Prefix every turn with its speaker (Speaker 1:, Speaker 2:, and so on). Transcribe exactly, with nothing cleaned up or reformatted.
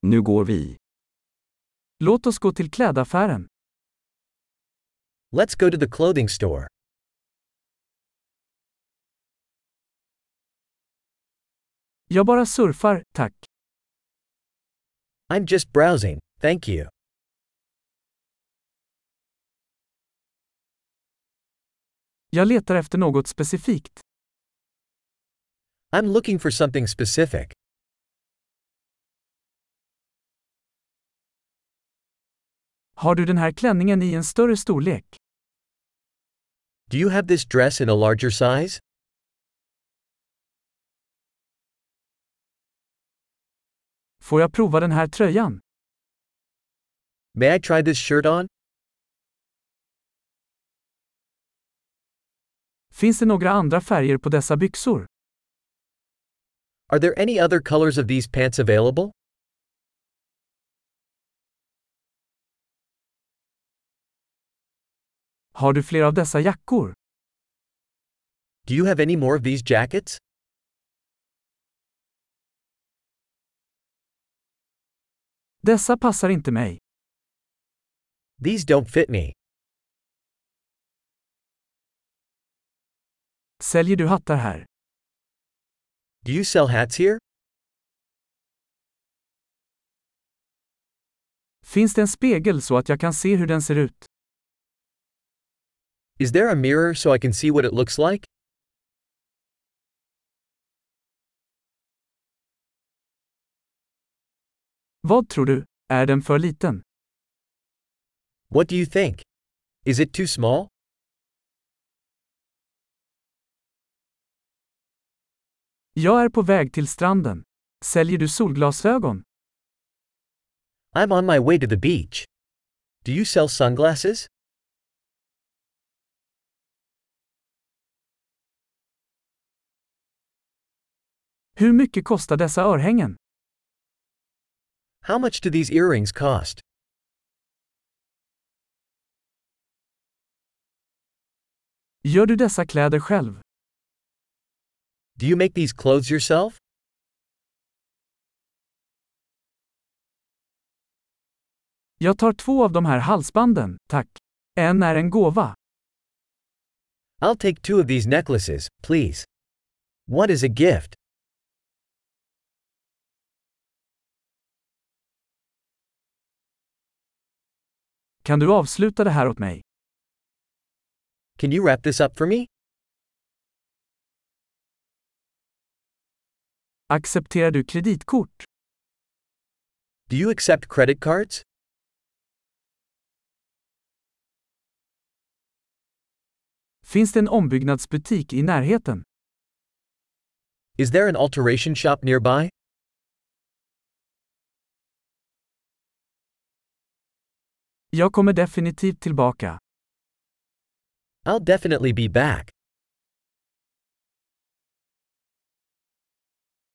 Speaker 1: Nu går vi.
Speaker 2: Låt oss gå till klädaffären.
Speaker 3: Let's go to the clothing store.
Speaker 2: Jag bara surfar, tack.
Speaker 3: I'm just browsing, thank you.
Speaker 2: Jag letar efter något specifikt.
Speaker 3: I'm looking for something specific.
Speaker 2: Har du den här klänningen i en större storlek?
Speaker 3: Do you have this dress in a larger size?
Speaker 2: Får jag prova den här tröjan?
Speaker 3: May I try this shirt on?
Speaker 2: Finns det några andra färger på dessa byxor?
Speaker 3: Are there any other colors of these pants available?
Speaker 2: Har du fler av dessa jackor?
Speaker 3: Do you have any more of these jackets?
Speaker 2: Dessa passar inte mig.
Speaker 3: These don't fit me.
Speaker 2: Säljer du hattar här?
Speaker 3: Do you sell hats here?
Speaker 2: Finns det en spegel så att jag kan se hur den ser ut?
Speaker 3: Is there a mirror so I can see what it looks like?
Speaker 2: Vad tror du? Är den för liten?
Speaker 3: What do you think? Is it too small?
Speaker 2: Jag är på väg till stranden. Säljer du solglasögon?
Speaker 3: I'm on my way to the beach. Do you sell sunglasses?
Speaker 2: Hur mycket kostar dessa örhängen?
Speaker 3: How much do these earrings cost?
Speaker 2: Gör du dessa kläder själv?
Speaker 3: Do you make these clothes yourself?
Speaker 2: Jag tar två av de här halsbanden, tack. En är en gåva.
Speaker 3: I'll take two of these necklaces, please. One is a gift.
Speaker 2: Kan du avsluta det här åt mig?
Speaker 3: Can you wrap this up for me?
Speaker 2: Accepterar du kreditkort?
Speaker 3: Do you accept credit cards?
Speaker 2: Finns det en ombyggnadsbutik i närheten?
Speaker 3: Is there an alteration shop nearby?
Speaker 2: Jag kommer definitivt tillbaka.
Speaker 3: I'll definitely be back.